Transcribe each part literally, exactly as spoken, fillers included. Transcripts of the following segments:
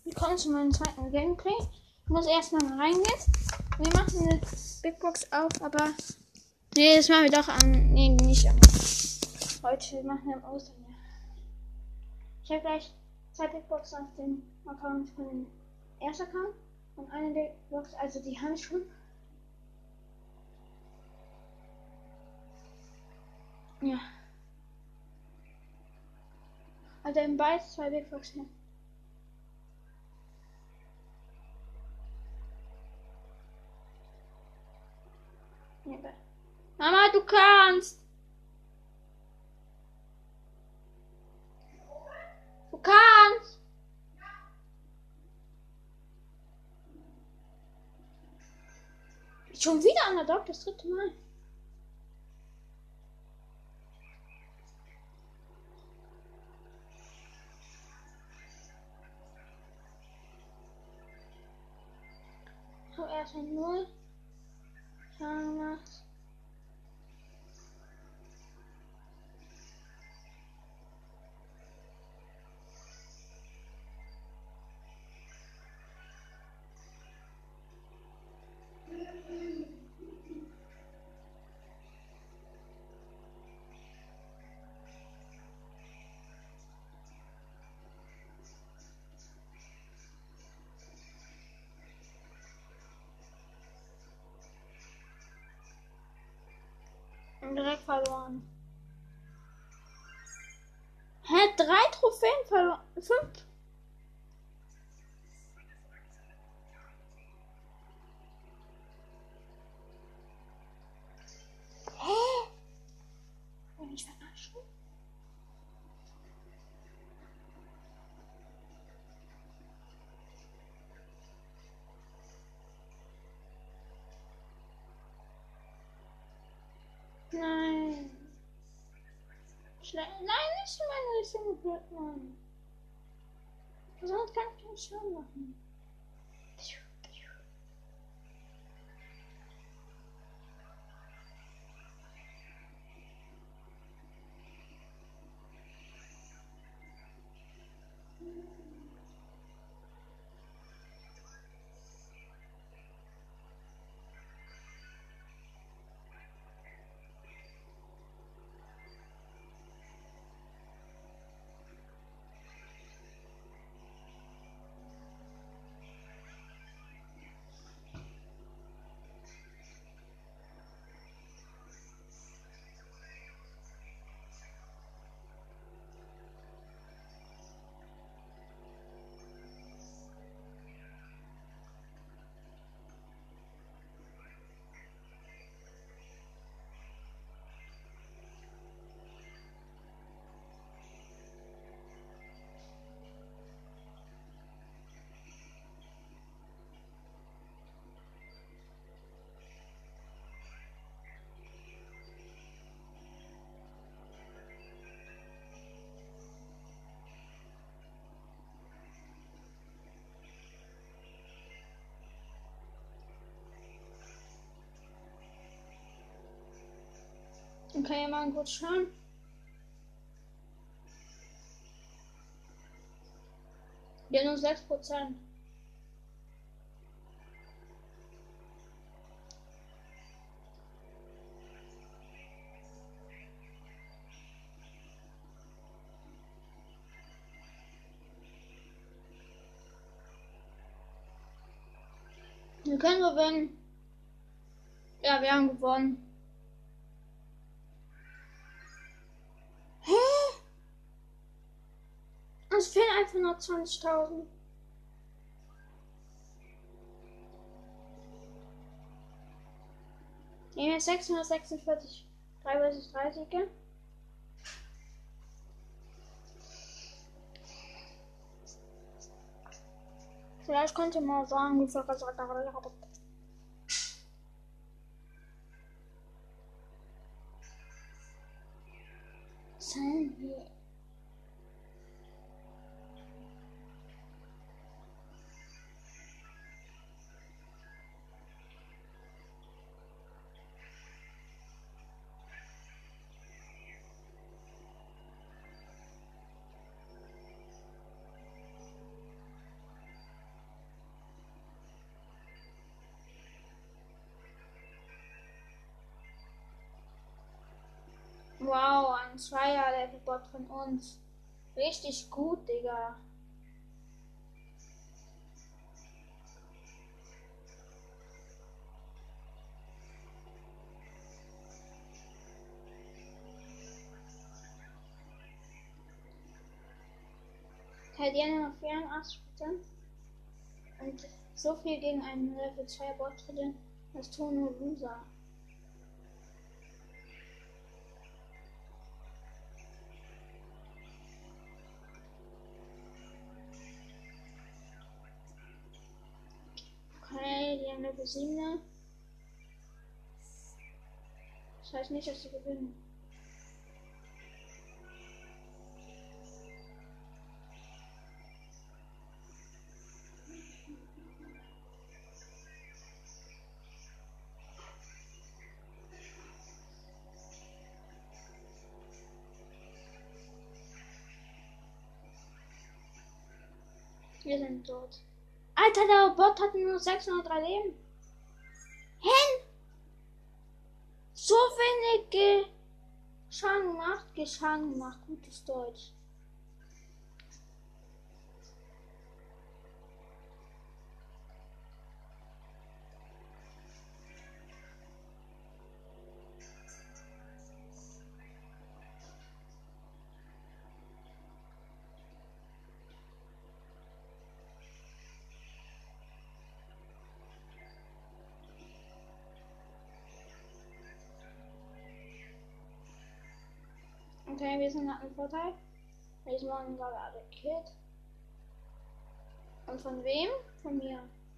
Willkommen zu meinem zweiten Gameplay. Ich muss erstmal reingehen. Wir machen eine Big Box auf, aber. Nee, das machen wir doch am. Nee, nicht am. Heute wir machen wir am Ostern. Ja. Ich habe gleich zwei Big Boxen auf dem Account von dem ersten Account und eine Big Box, also die habe ich schon. Ja. Also in beiden zwei Big Boxen. Ja, Mama, du kannst! Du kannst! Schon wieder Underdog, das dritte Mal. Ich habe erst ein Null. Schauen wir mal. Und direkt verloren. Hä? Drei Trophäen verloren? Fünf? Hä? Will ich verarschen? Nein. Schle Nein, nicht in meine Richtung geblockt, Mann. Sonst kann ich nicht schon machen. Dann kann ja mal kurz schauen. Ja, nur sechs Prozent. Wir können gewinnen. Ja, wir haben gewonnen. Hä? Es fehlen einfach noch zwanzigtausend. Ja, sechshundertsechsundvierzig. drei versus dreißig. Vielleicht könnt ihr mal sagen, wie viel gesagt habe. Sein wir. ein Zweier-Level-Bot von uns. Richtig gut, Digga. Hält ihr noch vierundachtzig Prozent? Und so viel gegen einen Level zwei Bot verlieren, das tun nur Loser. Okay, die haben Level sieben. Das heißt nicht, dass sie gewinnen. Wir sind tot. Alter, der Bot hat nur sechshundertdrei Leben. Hä? So wenige Schaden gemacht, Schaden gemacht. Gutes Deutsch. Okay, wir sind gerade im Vorteil. Wir sind gerade alle gekillt. Und von wem? Von mir.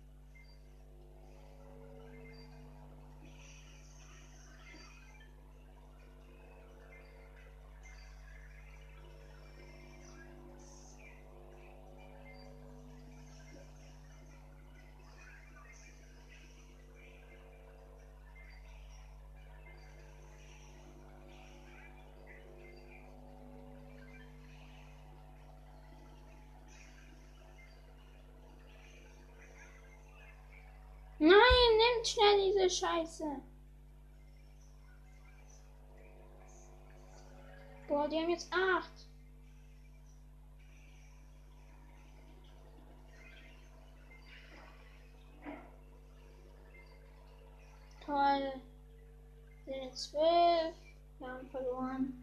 Nein, nimmt schnell diese Scheiße. Boah, die haben jetzt acht. Toll. Wir sind jetzt zwölf. Wir haben verloren.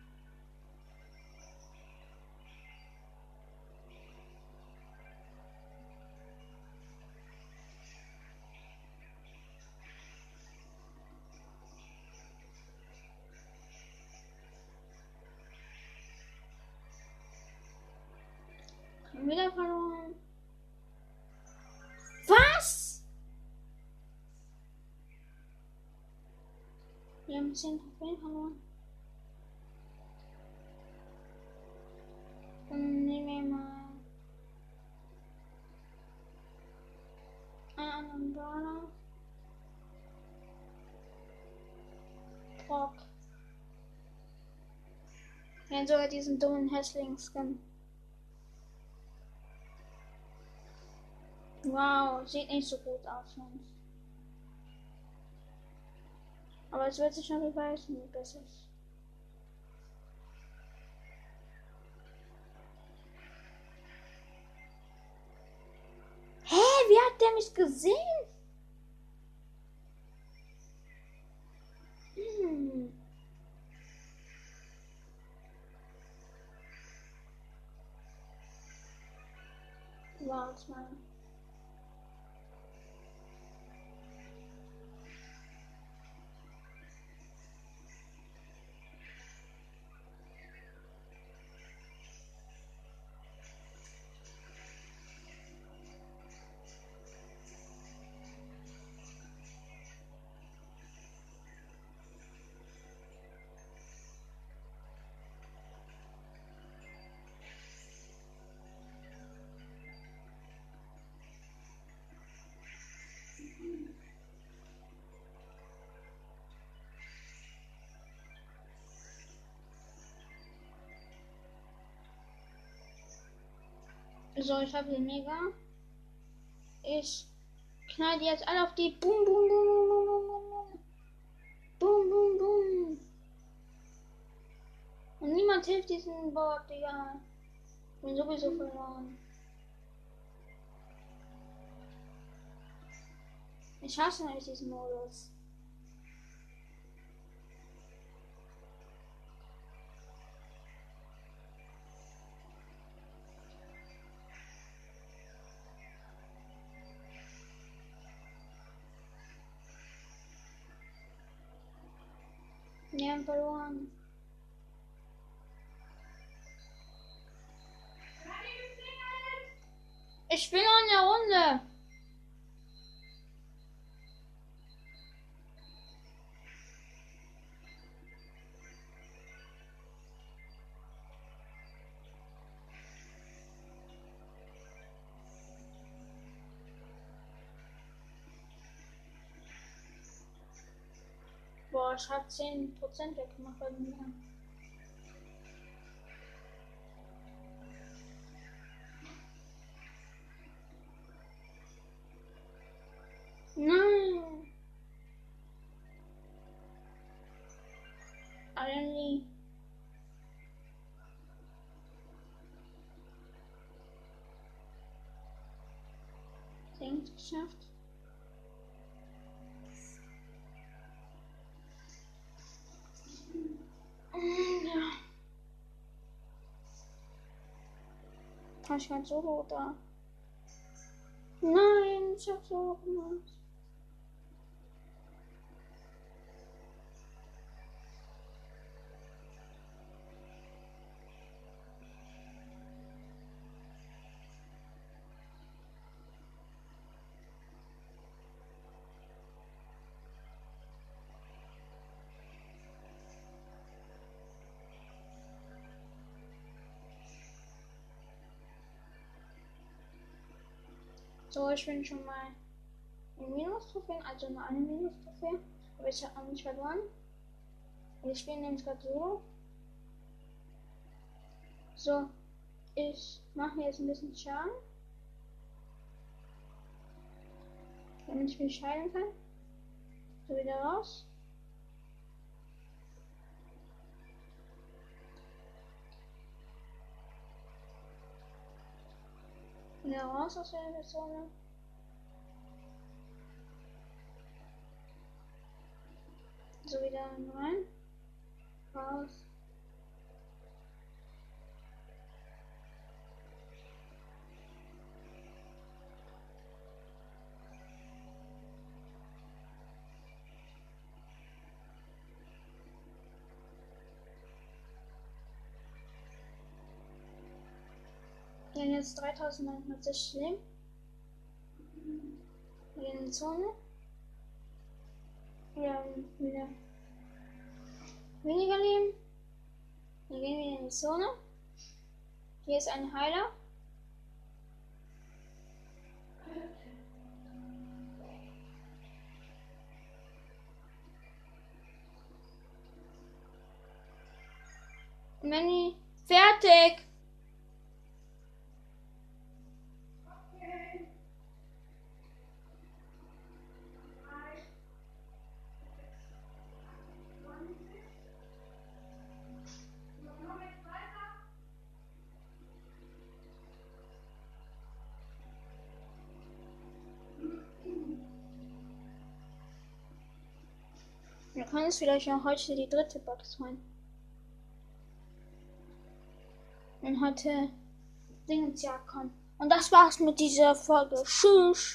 Wieder verloren. Was? Wir haben zehn Trophäen verloren. Dann nehmen wir mal einen anderen Brawler. Brock. Wir haben sogar diesen dummen Hässling-Skin. Wow, sieht nicht so gut aus sonst. Aber es wird sich schon beweisen, wie besser ist. Hä, wie hat der mich gesehen? Hm. Wow, das mal. So, ich habe den Mega. Ich knall die jetzt alle auf die. Boom, boom, boom, boom, boom, boom, boom. Boom, boom, boom. Und niemand hilft diesen Bot, Digga. Ich bin sowieso verloren. Ich hasse nämlich diesen Modus. Wir haben verloren. Ich bin an der Runde. Boah, ich hab zehn Prozent weggemacht bei mir. Nein. Irgendwie. Dings geschafft. Ja. Hab ich gerade Solo da? Nein, ich hab Solo gemacht. So, ich bin schon mal in Minus-Trophäen, also nur eine Minus-Trophäe. Aber ich habe noch nicht verloren. Ich spiele nämlich gerade so. So, ich mache mir jetzt ein bisschen Schaden. Damit ich mich heilen kann. So, wieder raus. Wieder raus aus der Zone. So, wieder rein. Raus. Wir haben jetzt dreitausendneunhundertsechzig Leben. Wir gehen in die Zone. Wir haben wieder weniger Leben. Wir gehen wieder in die Zone. Hier ist ein Heiler. Manny, fertig! Wir können uns vielleicht auch heute die dritte Box holen. Und heute Dingensjagd kommen. Und das war's mit dieser Folge. Tschüss.